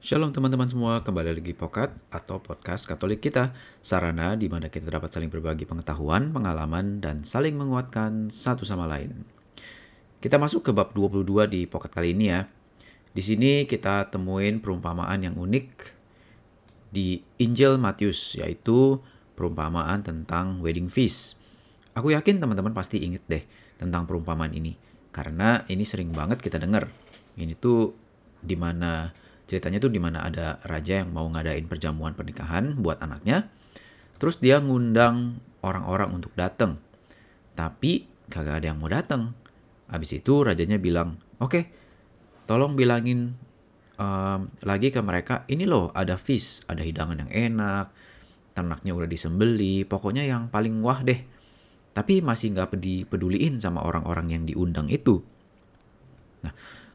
Shalom teman-teman semua, kembali lagi Pokat atau Podcast Katolik kita, sarana di mana kita dapat saling berbagi pengetahuan, pengalaman, dan saling menguatkan satu sama lain. Kita masuk ke bab 22 di Pokat kali ini ya. Di sini kita temuin perumpamaan yang unik di Injil Matius, yaitu perumpamaan tentang wedding feast. Aku yakin teman-teman pasti inget deh tentang perumpamaan ini, karena ini sering banget kita dengar. Ini tuh ceritanya tuh dimana ada raja yang mau ngadain perjamuan pernikahan buat anaknya. Terus dia ngundang orang-orang untuk datang. Tapi kagak ada yang mau datang. Habis itu rajanya bilang, "Oke, tolong bilangin lagi ke mereka, ini loh ada feast, ada hidangan yang enak, ternaknya udah disembeli, pokoknya yang paling wah deh." Tapi masih nggak dipeduliin sama orang-orang yang diundang itu. Nah,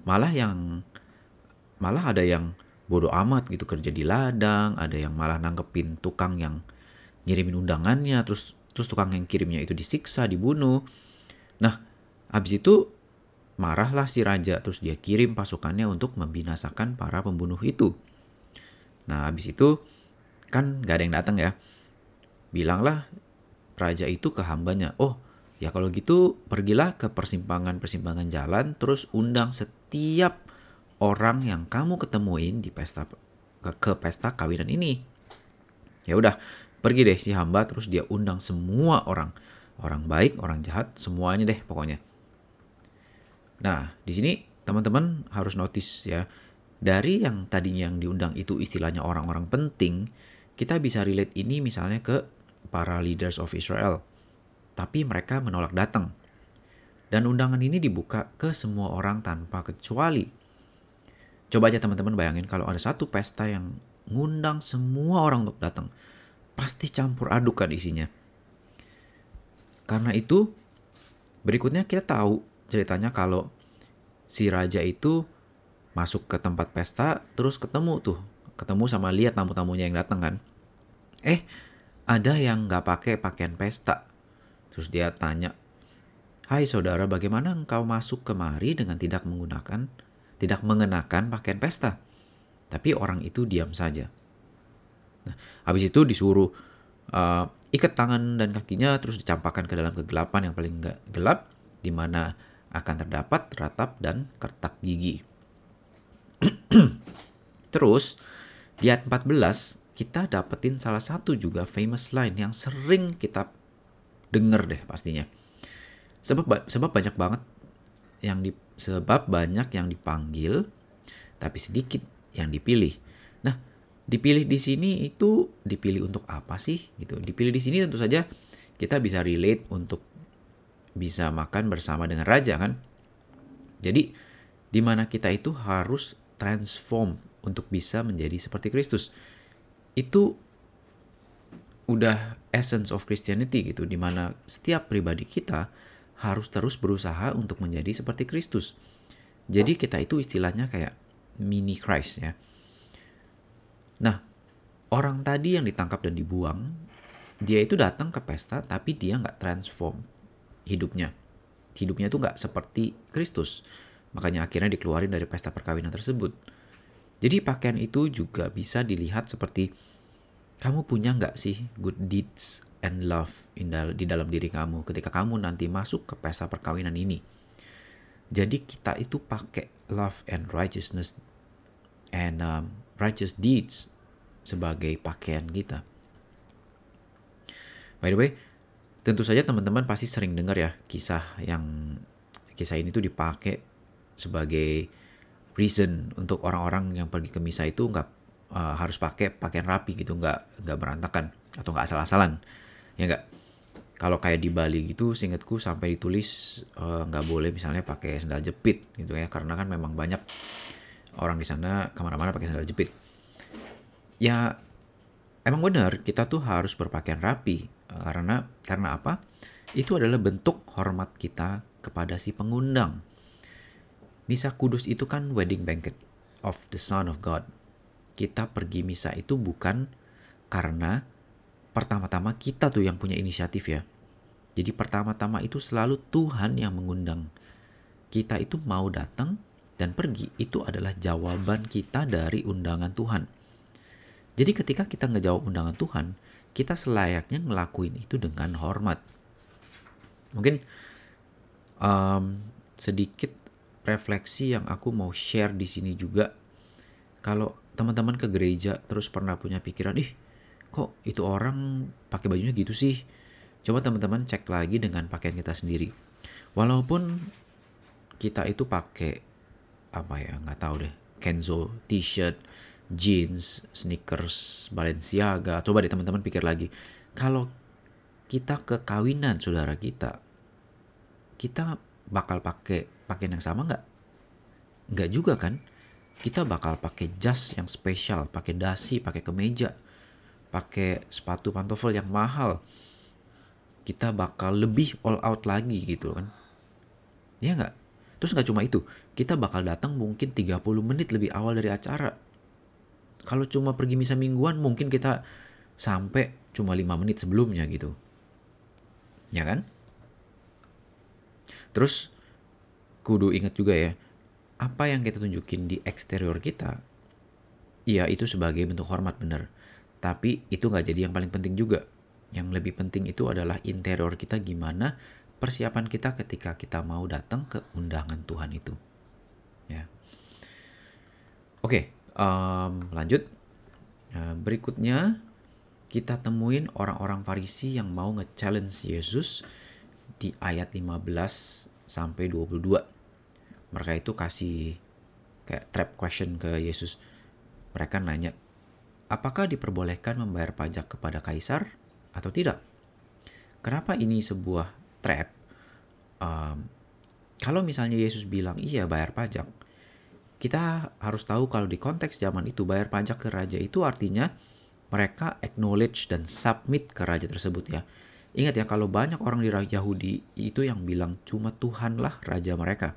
malah ada yang bodoh amat gitu kerja di ladang, ada yang malah nanggepin tukang yang ngirimin undangannya, terus tukang yang kirimnya itu disiksa, dibunuh. Nah, habis itu marahlah si raja, terus dia kirim pasukannya untuk membinasakan para pembunuh itu. Nah, habis itu kan gak ada yang datang ya. Bilanglah raja itu ke hambanya, "Oh, ya kalau gitu pergilah ke persimpangan-persimpangan jalan, terus undang setiap orang yang kamu ketemuin di ke pesta kawinan ini." Ya udah, pergi deh si hamba, terus dia undang semua orang. Orang baik, orang jahat, semuanya deh pokoknya. Nah, di sini teman-teman harus notice ya. Dari yang tadinya yang diundang itu istilahnya orang-orang penting, kita bisa relate ini misalnya ke para leaders of Israel. Tapi mereka menolak datang. Dan undangan ini dibuka ke semua orang tanpa kecuali. Coba aja teman-teman bayangin kalau ada satu pesta yang ngundang semua orang untuk datang. Pasti campur aduk kan isinya. Karena itu, berikutnya kita tahu ceritanya kalau si raja itu masuk ke tempat pesta, terus ketemu sama lihat tamu-tamunya yang datang kan. Ada yang nggak pakai pakaian pesta. Terus dia tanya, "Hai saudara, bagaimana engkau masuk kemari dengan tidak mengenakan pakaian pesta?" Tapi orang itu diam saja. Nah, habis itu disuruh ikat tangan dan kakinya, terus dicampakkan ke dalam kegelapan yang paling gelap, di mana akan terdapat ratap dan kertak gigi. Terus di ayat 14 kita dapetin salah satu juga famous line yang sering kita denger deh pastinya. Sebab banyak banget sebab banyak yang dipanggil tapi sedikit yang dipilih. Nah, dipilih di sini itu dipilih untuk apa sih gitu. Dipilih di sini tentu saja kita bisa relate untuk bisa makan bersama dengan raja kan. Jadi di mana kita itu harus transform untuk bisa menjadi seperti Kristus. Itu udah essence of Christianity gitu, di mana setiap pribadi kita harus terus berusaha untuk menjadi seperti Kristus. Jadi kita itu istilahnya kayak mini Christ ya. Nah, orang tadi yang ditangkap dan dibuang, dia itu datang ke pesta tapi dia nggak transform hidupnya. Hidupnya itu nggak seperti Kristus. Makanya akhirnya dikeluarin dari pesta perkawinan tersebut. Jadi pakaian itu juga bisa dilihat seperti, kamu punya nggak sih good deeds and love di dalam diri kamu ketika kamu nanti masuk ke pesta perkawinan ini. Jadi kita itu pakai love and righteousness and righteous deeds sebagai pakaian kita. By the way, tentu saja teman-teman pasti sering dengar ya kisah ini tuh dipakai sebagai reason untuk orang-orang yang pergi ke misa itu nggak harus pakai pakaian rapi gitu, nggak berantakan atau nggak asal-asalan, ya nggak. Kalau kayak di Bali gitu, seingatku sampai ditulis nggak boleh misalnya pakai sandal jepit gitu ya, karena kan memang banyak orang di sana kemana-mana pakai sandal jepit. Ya emang benar kita tuh harus berpakaian rapi karena apa? Itu adalah bentuk hormat kita kepada si pengundang. Misa kudus itu kan wedding banquet of the Son of God. Kita pergi misa itu bukan karena pertama-tama kita tuh yang punya inisiatif ya. Jadi pertama-tama itu selalu Tuhan yang mengundang. Kita itu mau datang dan pergi itu adalah jawaban kita dari undangan Tuhan. Jadi ketika kita ngejawab undangan Tuhan, kita selayaknya ngelakuin itu dengan hormat. Mungkin sedikit refleksi yang aku mau share di sini juga. Kalau teman-teman ke gereja terus pernah punya pikiran, kok itu orang pakai bajunya gitu sih? Coba teman-teman cek lagi dengan pakaian kita sendiri. Walaupun kita itu pakai nggak tahu deh, Kenzo t-shirt, jeans, sneakers, Balenciaga. Coba deh teman-teman pikir lagi. Kalau kita ke kawinan saudara kita bakal pakai pakaian yang sama nggak? Nggak juga kan? Kita bakal pakai jas yang spesial, pakai dasi, pakai kemeja, pakai sepatu pantofel yang mahal. Kita bakal lebih all out lagi gitu kan. Ya nggak? Terus nggak cuma itu, kita bakal datang mungkin 30 menit lebih awal dari acara. Kalau cuma pergi misa mingguan mungkin kita sampai cuma 5 menit sebelumnya gitu. Ya kan? Terus kudu ingat juga ya, apa yang kita tunjukin di eksterior kita, ya itu sebagai bentuk hormat bener. Tapi itu nggak jadi yang paling penting juga. Yang lebih penting itu adalah interior kita, gimana persiapan kita ketika kita mau datang ke undangan Tuhan itu. Ya. Oke, lanjut. Berikutnya kita temuin orang-orang Farisi yang mau nge-challenge Yesus di ayat 15 sampai 22. Mereka itu kasih kayak trap question ke Yesus. Mereka nanya, apakah diperbolehkan membayar pajak kepada kaisar atau tidak? Kenapa ini sebuah trap? Kalau misalnya Yesus bilang iya bayar pajak, kita harus tahu kalau di konteks zaman itu bayar pajak ke raja itu artinya mereka acknowledge dan submit ke raja tersebut ya. Ingat ya, kalau banyak orang di Yahudi itu yang bilang cuma Tuhanlah raja mereka.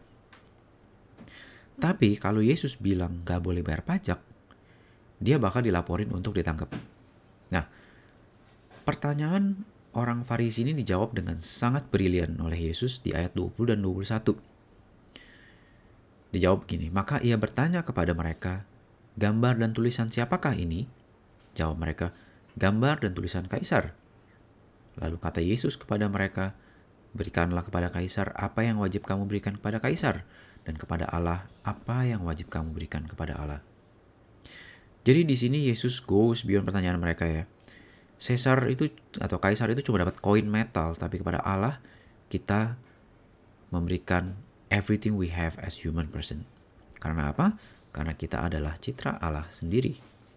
Tapi kalau Yesus bilang gak boleh bayar pajak, dia bakal dilaporin untuk ditangkap. Nah, pertanyaan orang Farisi ini dijawab dengan sangat brilian oleh Yesus di ayat 20 dan 21. Dijawab begini, maka ia bertanya kepada mereka, gambar dan tulisan siapakah ini? Jawab mereka, gambar dan tulisan kaisar. Lalu kata Yesus kepada mereka, berikanlah kepada kaisar apa yang wajib kamu berikan kepada kaisar, dan kepada Allah apa yang wajib kamu berikan kepada Allah. Jadi di sini Yesus goes beyond pertanyaan mereka ya. Caesar itu atau kaisar itu cuma dapat koin metal, tapi kepada Allah kita memberikan everything we have as human person. Karena apa? Karena kita adalah citra Allah sendiri.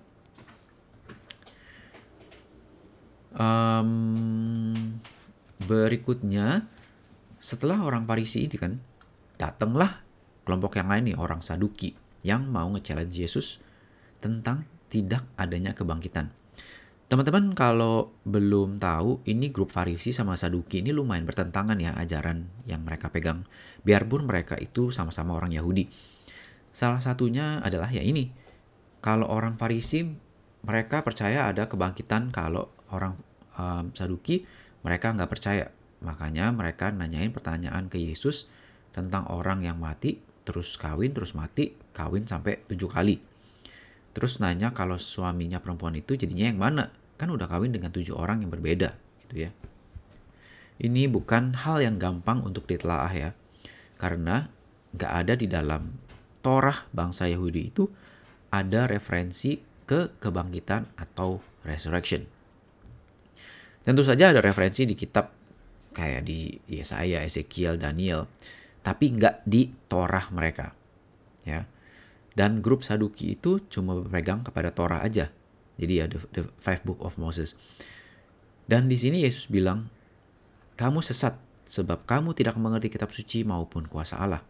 Berikutnya, setelah orang Farisi ini kan, datanglah kelompok yang lain nih, orang Saduki, yang mau nge-challenge Yesus tentang tidak adanya kebangkitan. Teman-teman kalau belum tahu, ini grup Farisi sama Saduki ini lumayan bertentangan ya ajaran yang mereka pegang. Biarpun mereka itu sama-sama orang Yahudi. Salah satunya adalah ya ini, kalau orang Farisi mereka percaya ada kebangkitan, kalau orang Saduki mereka nggak percaya. Makanya mereka nanyain pertanyaan ke Yesus tentang orang yang mati, terus kawin, terus mati, kawin sampai 7 kali. Terus nanya kalau suaminya perempuan itu jadinya yang mana? Kan udah kawin dengan 7 orang yang berbeda gitu ya. Ini bukan hal yang gampang untuk ditelaah ya. Karena gak ada di dalam Torah bangsa Yahudi itu ada referensi ke kebangkitan atau resurrection. Tentu saja ada referensi di kitab kayak di Yesaya, Ezekiel, Daniel. Tapi gak di Torah mereka. Ya. Dan grup Saduki itu cuma berpegang kepada Torah aja. Jadi ya the five book of Moses. Dan di sini Yesus bilang, kamu sesat sebab kamu tidak mengerti kitab suci maupun kuasa Allah.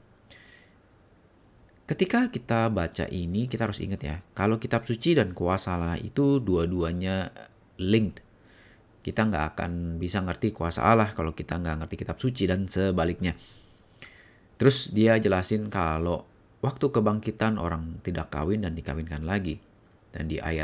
Ketika kita baca ini, kita harus ingat ya, kalau kitab suci dan kuasa Allah itu dua-duanya linked. Kita nggak akan bisa ngerti kuasa Allah kalau kita nggak ngerti kitab suci dan sebaliknya. Terus dia jelasin kalau waktu kebangkitan orang tidak kawin dan dikawinkan lagi. Dan di ayat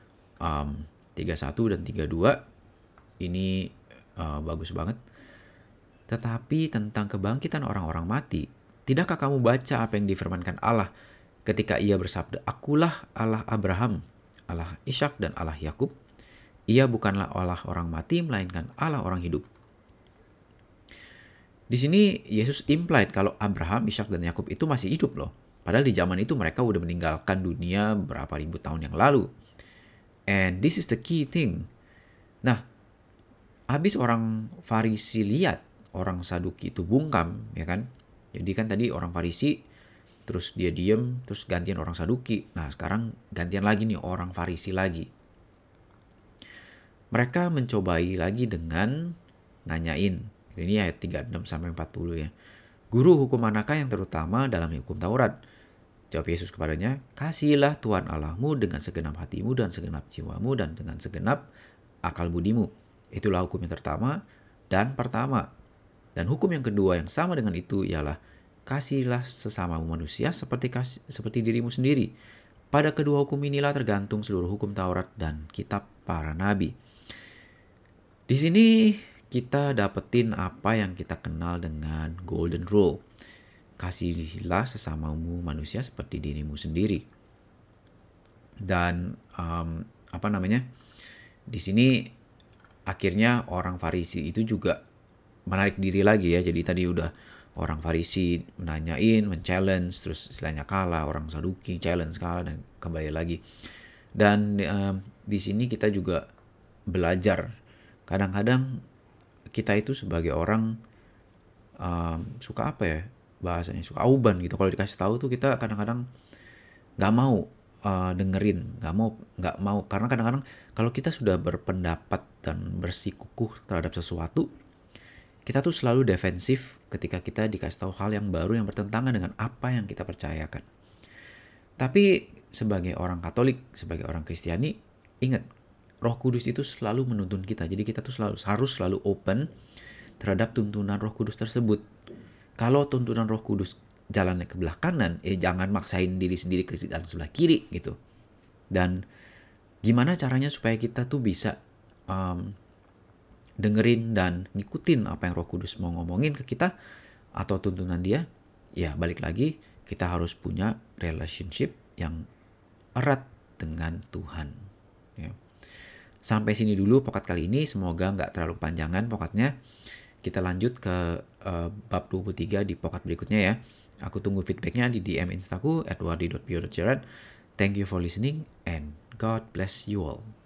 31 dan 32 ini bagus banget. Tetapi tentang kebangkitan orang-orang mati Tidakkah kamu baca apa yang difirmankan Allah ketika ia bersabda, "Akulah Allah Abraham, Allah Ishak dan Allah Yakub. Ia bukanlah Allah orang mati, melainkan Allah orang hidup." Di sini Yesus implied kalau Abraham, Ishak dan Yakub itu masih hidup loh. Padahal di zaman itu mereka udah meninggalkan dunia berapa ribu tahun yang lalu. And this is the key thing. Nah, habis orang Farisi lihat orang Saduki itu bungkam, ya kan? Jadi kan tadi orang Farisi, terus dia diem, terus gantian orang Saduki. Nah, sekarang gantian lagi nih orang Farisi lagi. Mereka mencobai lagi dengan nanyain. Ini ayat 36-40 ya. "Guru, hukum manakah yang terutama dalam hukum Taurat?" Jawab Yesus kepadanya, "Kasihilah Tuhan Allahmu dengan segenap hatimu dan segenap jiwamu dan dengan segenap akal budimu. Itulah hukum yang pertama dan pertama. Dan hukum yang kedua yang sama dengan itu ialah kasihilah sesamamu manusia seperti dirimu sendiri. Pada kedua hukum inilah tergantung seluruh hukum Taurat dan kitab para nabi." Di sini kita dapetin apa yang kita kenal dengan golden rule. Kasihilah sesamamu manusia seperti dirimu sendiri. Dan di sini akhirnya orang Farisi itu juga menarik diri lagi ya. Jadi tadi udah orang Farisi menanyain, men-challenge, terus istilahnya kalah, orang Saduki challenge kalah dan kembali lagi. Dan di sini kita juga belajar. Kadang-kadang kita itu sebagai orang suka apa ya bahasanya, suka auban gitu. Kalau dikasih tahu tuh kita kadang-kadang nggak mau dengerin, nggak mau karena kadang-kadang kalau kita sudah berpendapat dan bersikukuh terhadap sesuatu, kita tuh selalu defensif ketika kita dikasih tahu hal yang baru yang bertentangan dengan apa yang kita percayakan. Tapi sebagai orang Katolik, sebagai orang Kristiani, ingat, Roh Kudus itu selalu menuntun kita. Jadi kita tuh harus selalu open terhadap tuntunan Roh Kudus tersebut. Kalau tuntunan Roh Kudus jalannya ke belah kanan, jangan maksain diri sendiri ke jalan sebelah kiri gitu. Dan gimana caranya supaya kita tuh bisa dengerin dan ngikutin apa yang Roh Kudus mau ngomongin ke kita atau tuntunan dia? Ya balik lagi, kita harus punya relationship yang erat dengan Tuhan. Ya. Sampai sini dulu podcast kali ini, semoga nggak terlalu kepanjangan podcastnya. Kita lanjut ke bab 23 di podcast berikutnya ya. Aku tunggu feedbacknya di DM Instaku @wardi.pio.jared. Thank you for listening and God bless you all.